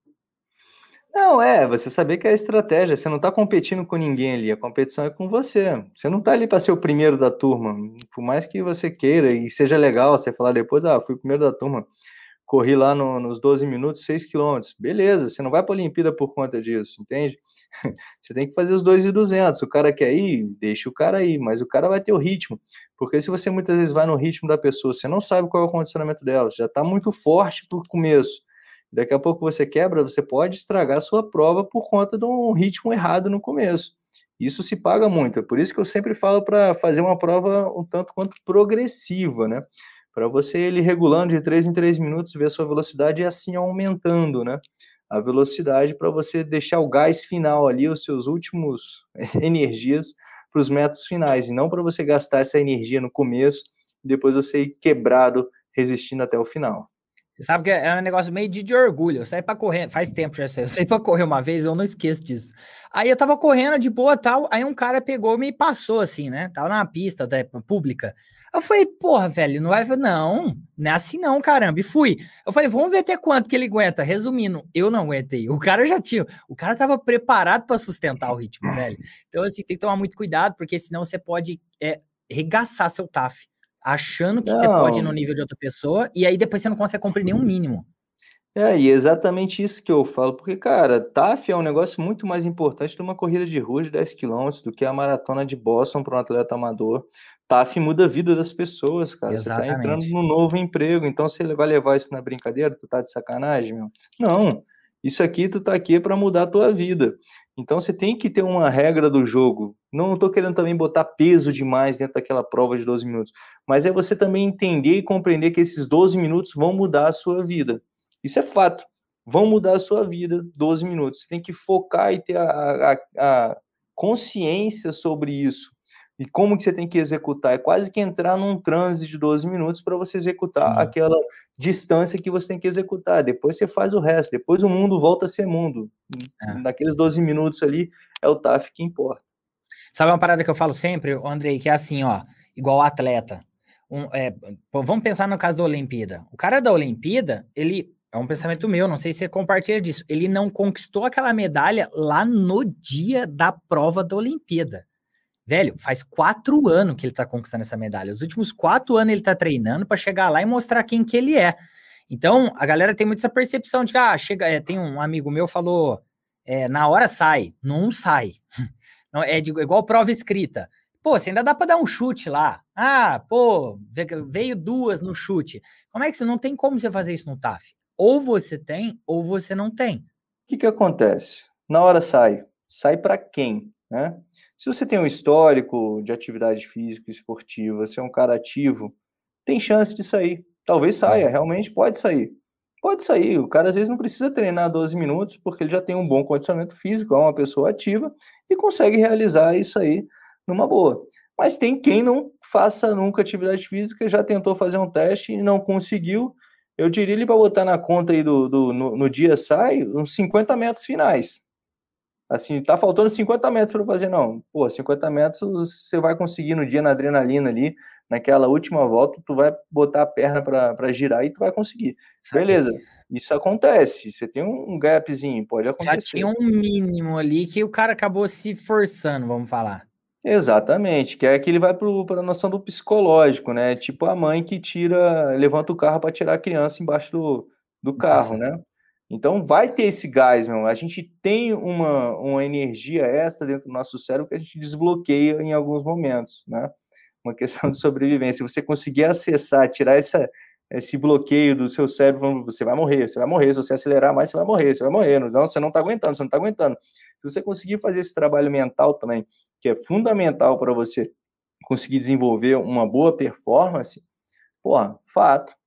Não, é, você saber que é a estratégia, você não está competindo com ninguém ali, a competição é com você. Você não está ali para ser o primeiro da turma, por mais que você queira e seja legal você falar depois, ah, fui o primeiro da turma, corri lá no, nos doze minutos, seis quilômetros. Beleza, você não vai para a Olimpíada por conta disso, entende? Você tem que fazer os dois e duzentos. O cara quer ir, deixa o cara ir, mas o cara vai ter o ritmo. Porque se você muitas vezes vai no ritmo da pessoa, você não sabe qual é o condicionamento dela, você já está muito forte para o começo. Daqui a pouco você quebra, você pode estragar a sua prova por conta de um ritmo errado no começo. Isso se paga muito. É por isso que eu sempre falo para fazer uma prova um tanto quanto progressiva, né? Para você ele regulando de três em três minutos, ver a sua velocidade e assim aumentando, né? A velocidade para você deixar o gás final ali, os seus últimos energias para os metros finais, e não para você gastar essa energia no começo e depois você ir quebrado resistindo até o final. Você sabe que é um negócio meio de, de orgulho. Eu saí pra correr, faz tempo já sei. Eu saí pra correr uma vez, eu não esqueço disso. Aí eu tava correndo de boa tal, aí um cara pegou e me passou assim, né? Tava na pista até, pública. Eu falei, porra, velho, não vai. Não, não é assim não, caramba. E fui. Eu falei, vamos ver até quanto que ele aguenta. Resumindo, eu não aguentei. O cara já tinha. O cara tava preparado pra sustentar o ritmo, velho. Então, assim, tem que tomar muito cuidado, porque senão você pode é, regaçar seu T A F achando que você pode ir no Não, nível de outra pessoa, e aí depois você não consegue cumprir nenhum mínimo. é, e é exatamente isso que eu falo, porque, cara, T A F é um negócio muito mais importante de uma corrida de rua de dez quilômetros do que a maratona de Boston para um atleta amador. T A F muda a vida das pessoas, cara. Você tá entrando Exatamente. num novo emprego, então você vai levar isso na brincadeira? Tu tá de sacanagem, meu? Não. Isso aqui, tu tá aqui para mudar a tua vida. Então você tem que ter uma regra do jogo. Não tô querendo também botar peso demais dentro daquela prova de doze minutos, mas é você também entender e compreender que esses doze minutos vão mudar a sua vida. Isso é fato. Vão mudar a sua vida doze minutos. Você tem que focar e ter a, a, a consciência sobre isso. E como que você tem que executar? É quase que entrar num transe de doze minutos para você executar Sim. aquela distância que você tem que executar. Depois você faz o resto. Depois o mundo volta a ser mundo. É. Naqueles doze minutos ali, é o T A F que importa. Sabe uma parada que eu falo sempre, Andrei, que é assim, ó, igual atleta. Um, é, pô, vamos pensar no caso da Olimpíada. O cara da Olimpíada, ele, é um pensamento meu, não sei se você compartilha disso, ele não conquistou aquela medalha lá no dia da prova da Olimpíada. Velho, faz quatro anos que ele tá conquistando essa medalha. Os últimos quatro anos ele tá treinando para chegar lá e mostrar quem que ele é. Então, a galera tem muito essa percepção de que, ah, chega, é, tem um amigo meu falou, é, na hora sai, não sai. Não, é de, igual prova escrita. Pô, você ainda dá para dar um chute lá. Ah, pô, veio duas no chute. Como é que você não tem como você fazer isso no T A F? Ou você tem, ou você não tem. O que que acontece? Na hora sai. Sai para quem, né? Se você tem um histórico de atividade física esportiva, você é um cara ativo, tem chance de sair. Talvez saia, realmente pode sair. Pode sair. O cara às vezes não precisa treinar doze minutos, porque ele já tem um bom condicionamento físico, é uma pessoa ativa e consegue realizar isso aí numa boa. Mas tem quem não faça nunca atividade física, já tentou fazer um teste e não conseguiu. Eu diria ele para botar na conta aí do, do no, no dia sai uns cinquenta metros finais. Assim, tá faltando cinquenta metros para fazer, não. Pô, cinquenta metros você vai conseguir no dia na adrenalina ali, naquela última volta, tu vai botar a perna para girar e tu vai conseguir. Saquei. Beleza, isso acontece. Você tem um gapzinho, pode Já tinha acontecer. um mínimo ali que o cara acabou se forçando, vamos falar. Exatamente, que é que ele vai para a noção do psicológico, né? Tipo a mãe que tira, levanta o carro para tirar a criança embaixo do, do carro, Nossa. né? Então vai ter esse gás, meu. A gente tem uma, uma energia extra dentro do nosso cérebro que a gente desbloqueia em alguns momentos, né? Uma questão de sobrevivência. Se você conseguir acessar, tirar essa, esse bloqueio do seu cérebro, você vai morrer, você vai morrer. Se você acelerar mais, você vai morrer, você vai morrer. Não, você não está aguentando, você não está aguentando. Se você conseguir fazer esse trabalho mental também, que é fundamental para você conseguir desenvolver uma boa performance, porra, fato.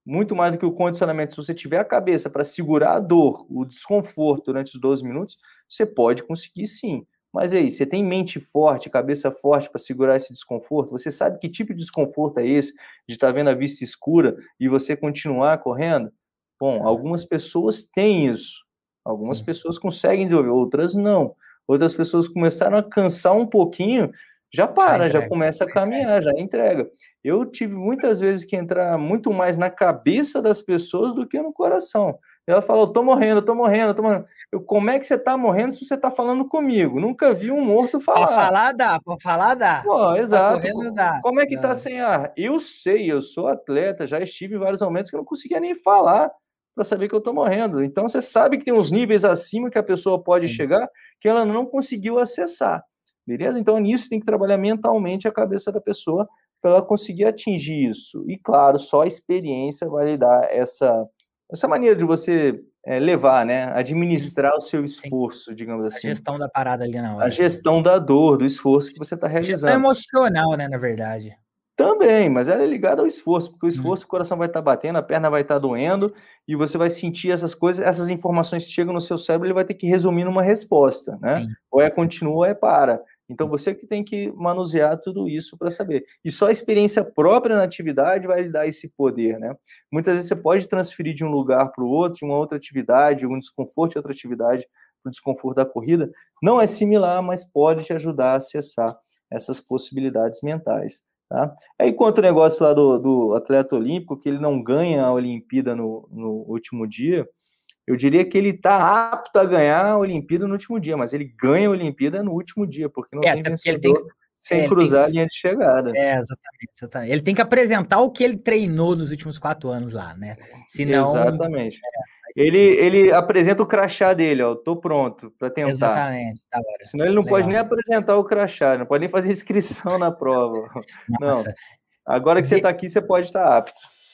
muito mais do que o condicionamento, se você tiver a cabeça para segurar a dor, o desconforto durante os doze minutos, você pode conseguir sim. Mas aí, você tem mente forte, cabeça forte para segurar esse desconforto? Você sabe que tipo de desconforto é esse, de estar vendo a vista escura e você continuar correndo? Bom, algumas pessoas têm isso. Algumas Sim. pessoas conseguem desenvolver, outras não. Outras pessoas começaram a cansar um pouquinho, já para, já, já começa a caminhar, já entrega. Eu tive muitas vezes que entrar muito mais na cabeça das pessoas do que no coração. Ela falou, tô morrendo, tô morrendo, tô morrendo. Eu, como é que você tá morrendo se você tá falando comigo? Nunca vi um morto falar. Pra falar dá, pra falar dá. Pô, exato. Tá correndo, dá. Como é que não. tá sem ar? Eu sei, eu sou atleta, já estive em vários momentos que eu não conseguia nem falar para saber que eu tô morrendo. Então você sabe que tem uns níveis acima que a pessoa pode Sim. chegar que ela não conseguiu acessar. Beleza? Então nisso tem que trabalhar mentalmente a cabeça da pessoa para ela conseguir atingir isso. E claro, só a experiência vai lhe dar essa essa maneira de você é, levar, né, administrar Sim. o seu esforço, Sim. digamos assim. A gestão da parada ali na hora. A gestão da dor, do esforço que você está realizando. Gestão emocional, né, na verdade. Também, mas ela é ligada ao esforço, porque o esforço, hum. o coração vai estar tá batendo, a perna vai estar tá doendo, e você vai sentir essas coisas, essas informações que chegam no seu cérebro, ele vai ter que resumir numa resposta, né? Sim. Ou é continua ou é para. Então você que tem que manusear tudo isso para saber. E só a experiência própria na atividade vai lhe dar esse poder, né? Muitas vezes você pode transferir de um lugar para o outro, de uma outra atividade, um desconforto de outra atividade para o desconforto da corrida. Não é similar, mas pode te ajudar a acessar essas possibilidades mentais. Tá? Aí conta o negócio lá do, do atleta olímpico, que ele não ganha a Olimpíada no, no último dia, eu diria que ele está apto a ganhar a Olimpíada no último dia, mas ele ganha a Olimpíada no último dia, porque não é, tem vencedor tem que, sem é, cruzar tem, a linha de chegada. É, exatamente, exatamente. Ele tem que apresentar o que ele treinou nos últimos quatro anos lá, né? Senão, exatamente. É, Ele, ele apresenta o crachá dele, ó, tô pronto para tentar. Exatamente, da hora. Senão ele não Legal. Pode nem apresentar o crachá, não pode nem fazer inscrição na prova. Nossa. Não, agora que você está aqui, você pode estar apto.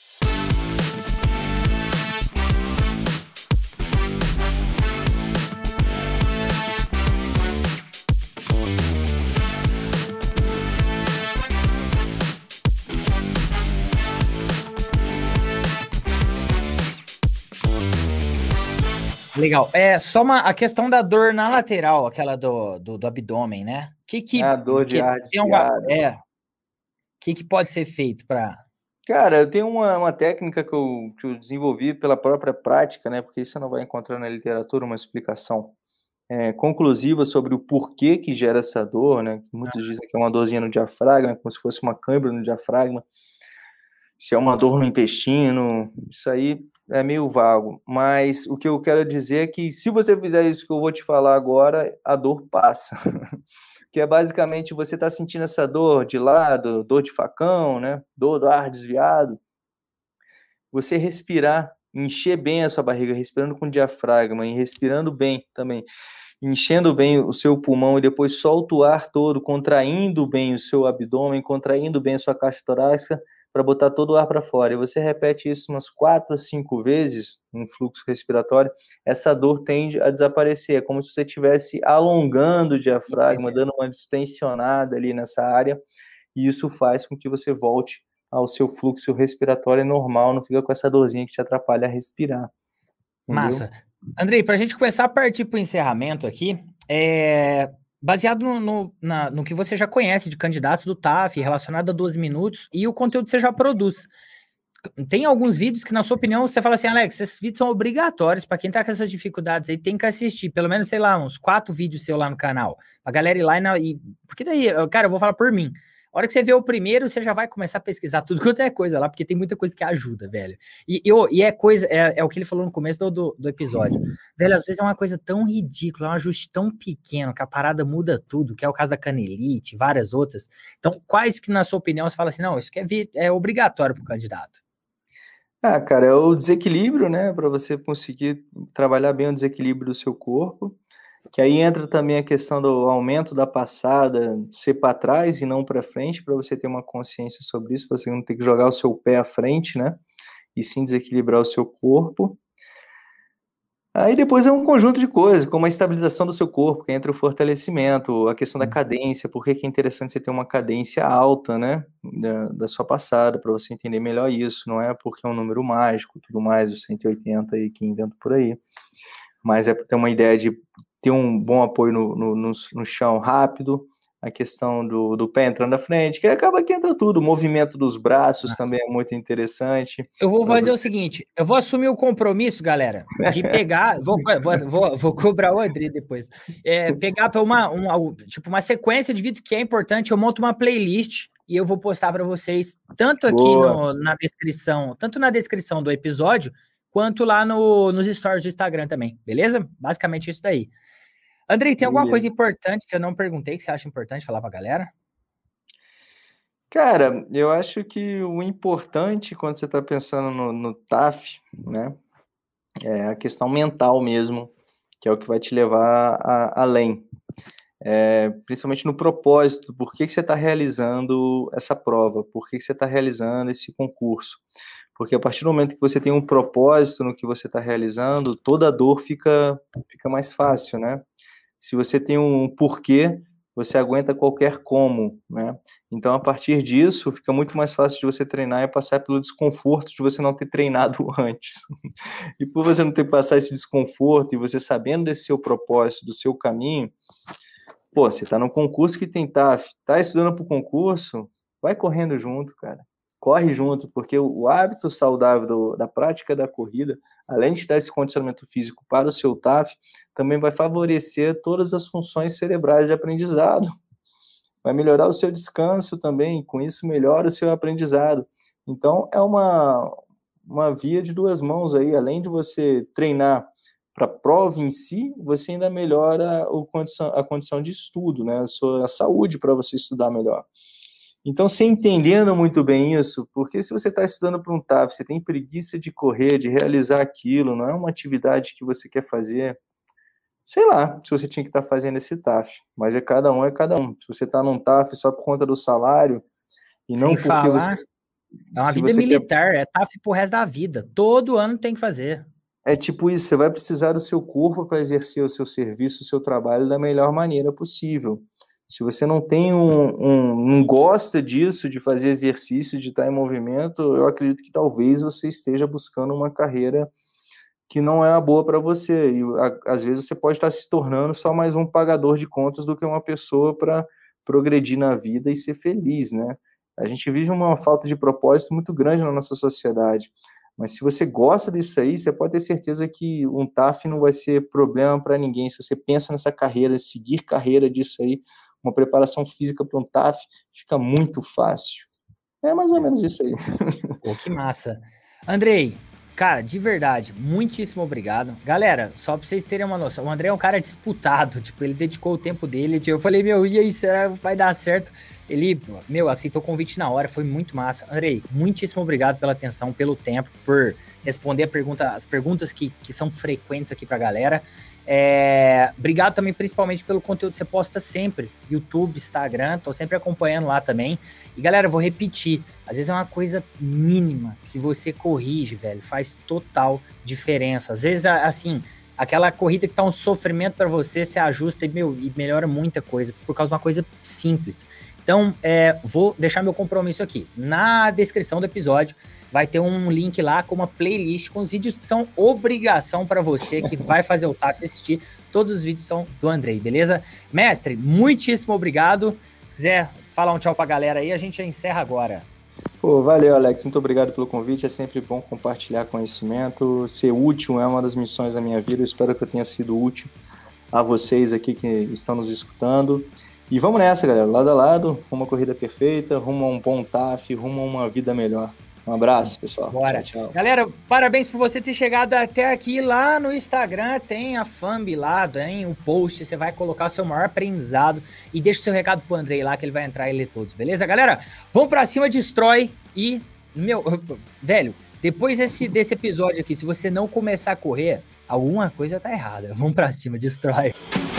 Legal. É só uma, a questão da dor na lateral, aquela do, do, do abdômen, né? Que que, a dor de que ar tem uma, é, o que, que pode ser feito para... Cara, eu tenho uma, uma técnica que eu, que eu desenvolvi pela própria prática, né? Porque você não vai encontrar na literatura uma explicação é, conclusiva sobre o porquê que gera essa dor, né? Muitos ah. dizem que é uma dorzinha no diafragma, como se fosse uma cãibra no diafragma. Se é uma dor no intestino, isso aí é meio vago, mas o que eu quero dizer é que se você fizer isso que eu vou te falar agora, a dor passa. Que é basicamente você está sentindo essa dor de lado, dor de facão, né? Dor do ar desviado. Você respirar, encher bem a sua barriga, respirando com o diafragma e respirando bem também, enchendo bem o seu pulmão e depois solta o ar todo, contraindo bem o seu abdômen, contraindo bem a sua caixa torácica, para botar todo o ar para fora. E você repete isso umas quatro, cinco vezes, um fluxo respiratório, essa dor tende a desaparecer. É como se você estivesse alongando o diafragma, dando uma distensionada ali nessa área, e isso faz com que você volte ao seu fluxo respiratório normal, não fica com essa dorzinha que te atrapalha a respirar. Entendeu? Massa. Andrei, para a gente começar a partir para o encerramento aqui, é... baseado no, no, na, no que você já conhece de candidatos do T A F, relacionado a doze minutos, e o conteúdo que você já produz. Tem alguns vídeos que, na sua opinião, você fala assim, Alex, esses vídeos são obrigatórios para quem tá com essas dificuldades aí, tem que assistir, pelo menos, sei lá, uns quatro vídeos seu lá no canal, a galera ir lá e, na, e... Porque daí, cara, eu vou falar por mim, a hora que você vê o primeiro, você já vai começar a pesquisar tudo quanto é coisa lá, porque tem muita coisa que ajuda, velho. E, eu, e é coisa, é, é o que ele falou no começo do, do, do episódio. Velho, às vezes é uma coisa tão ridícula, é um ajuste tão pequeno, que a parada muda tudo, que é o caso da canelite, várias outras. Então, quais que, na sua opinião, você fala assim, não, isso que é, é obrigatório para o candidato? Ah, cara, é o desequilíbrio, né, para você conseguir trabalhar bem o desequilíbrio do seu corpo. Que aí entra também a questão do aumento da passada, ser para trás e não para frente, para você ter uma consciência sobre isso, para você não ter que jogar o seu pé à frente, né? E sim desequilibrar o seu corpo. Aí depois é um conjunto de coisas, como a estabilização do seu corpo, que entra o fortalecimento, a questão da Hum. cadência, por que que é interessante você ter uma cadência alta, né, da, da sua passada, para você entender melhor isso, não é porque é um número mágico, tudo mais, os cento e oitenta aí que invento por aí, mas é para ter uma ideia de ter um bom apoio no, no, no, no chão rápido, a questão do, do pé entrando na frente, que acaba que entra tudo, o movimento dos braços Nossa. também é muito interessante. Eu vou fazer você... o seguinte, eu vou assumir o compromisso, galera, de pegar, vou, vou, vou, vou cobrar o André depois, é, pegar para uma, uma, tipo, uma sequência de vídeos que é importante, eu monto uma playlist e eu vou postar para vocês, tanto aqui no, na descrição, tanto na descrição do episódio, quanto lá no, nos stories do Instagram também, beleza? Basicamente isso daí. Andrei, tem alguma coisa importante que eu não perguntei, que você acha importante falar pra galera? Cara, eu acho que o importante quando você está pensando no, no T A F, né, é a questão mental mesmo, que é o que vai te levar a, além. É, principalmente no propósito, por que, que você está realizando essa prova, por que, que você está realizando esse concurso. Porque a partir do momento que você tem um propósito no que você está realizando, toda a dor fica, fica mais fácil, né? Se você tem um porquê, você aguenta qualquer como, né? Então, a partir disso, fica muito mais fácil de você treinar e passar pelo desconforto de você não ter treinado antes. E por você não ter passado esse desconforto e você sabendo desse seu propósito, do seu caminho, pô, você tá num concurso que tem T A F, tá estudando pro concurso, vai correndo junto, cara. Corre junto, porque o, o hábito saudável do, da prática da corrida, além de dar esse condicionamento físico para o seu T A F, também vai favorecer todas as funções cerebrais de aprendizado. Vai melhorar o seu descanso também, com isso melhora o seu aprendizado. Então, é uma, uma via de duas mãos aí, além de você treinar para a prova em si, você ainda melhora o condição, a condição de estudo, né? A sua saúde para você estudar melhor. Então, você entendendo muito bem isso, porque se você está estudando para um T A F, você tem preguiça de correr, de realizar aquilo, não é uma atividade que você quer fazer, sei lá, se você tinha que estar tá fazendo esse T A F, mas é cada um, é cada um. Se você está num T A F só por conta do salário, e Sem não porque falar, você... é uma se vida você militar, quer... é T A F pro resto da vida, todo ano tem que fazer. É tipo isso, você vai precisar do seu corpo para exercer o seu serviço, o seu trabalho da melhor maneira possível. Se você não tem um, um, não gosta disso, de fazer exercício, de estar em movimento, eu acredito que talvez você esteja buscando uma carreira que não é a boa para você. E a, às vezes você pode estar se tornando só mais um pagador de contas do que uma pessoa para progredir na vida e ser feliz, né? A gente vive uma falta de propósito muito grande na nossa sociedade. Mas se você gosta disso aí, você pode ter certeza que um T A F não vai ser problema para ninguém. Se você pensa nessa carreira, seguir carreira disso aí, uma preparação física para um T A F, fica muito fácil. É mais ou menos isso aí. Pô, que massa. Andrei, cara, de verdade, muitíssimo obrigado. Galera, só pra vocês terem uma noção, o André é um cara disputado, tipo, ele dedicou o tempo dele, eu falei, meu, e aí, será que vai dar certo? Ele, meu, aceitou o convite na hora, foi muito massa. Andrei, muitíssimo obrigado pela atenção, pelo tempo, por responder a pergunta, as perguntas que, que são frequentes aqui pra galera. É, obrigado também, principalmente, pelo conteúdo que você posta sempre, YouTube, Instagram, tô sempre acompanhando lá também. E galera, eu vou repetir, às vezes é uma coisa mínima que você corrige, velho, faz total diferença. Às vezes, assim, aquela corrida que tá um sofrimento para você, você ajusta e, meu, e melhora muita coisa, por causa de uma coisa simples. Então, é, vou deixar meu compromisso aqui. Na descrição do episódio vai ter um link lá com uma playlist com os vídeos que são obrigação para você que vai fazer o T A F assistir. Todos os vídeos são do Andrei, beleza? Mestre, muitíssimo obrigado. Se quiser falar um tchau pra galera aí, a gente já encerra agora. Pô, valeu, Alex. Muito obrigado pelo convite. É sempre bom compartilhar conhecimento. Ser útil é uma das missões da minha vida. Eu espero que eu tenha sido útil a vocês aqui que estão nos escutando. E vamos nessa, galera. Lado a lado, rumo a uma corrida perfeita, rumo a um bom T A F, rumo a uma vida melhor. Um abraço, pessoal. Bora. Tchau, tchau. Galera, parabéns por você ter chegado até aqui. Lá no Instagram tem a Fambi lá, tem o post, você vai colocar o seu maior aprendizado e deixa o seu recado pro Andrei lá que ele vai entrar e ler todos, beleza? Galera, vamos pra cima, destrói e, meu, velho, depois desse, desse episódio aqui, se você não começar a correr, alguma coisa tá errada. Vamos pra cima, destrói.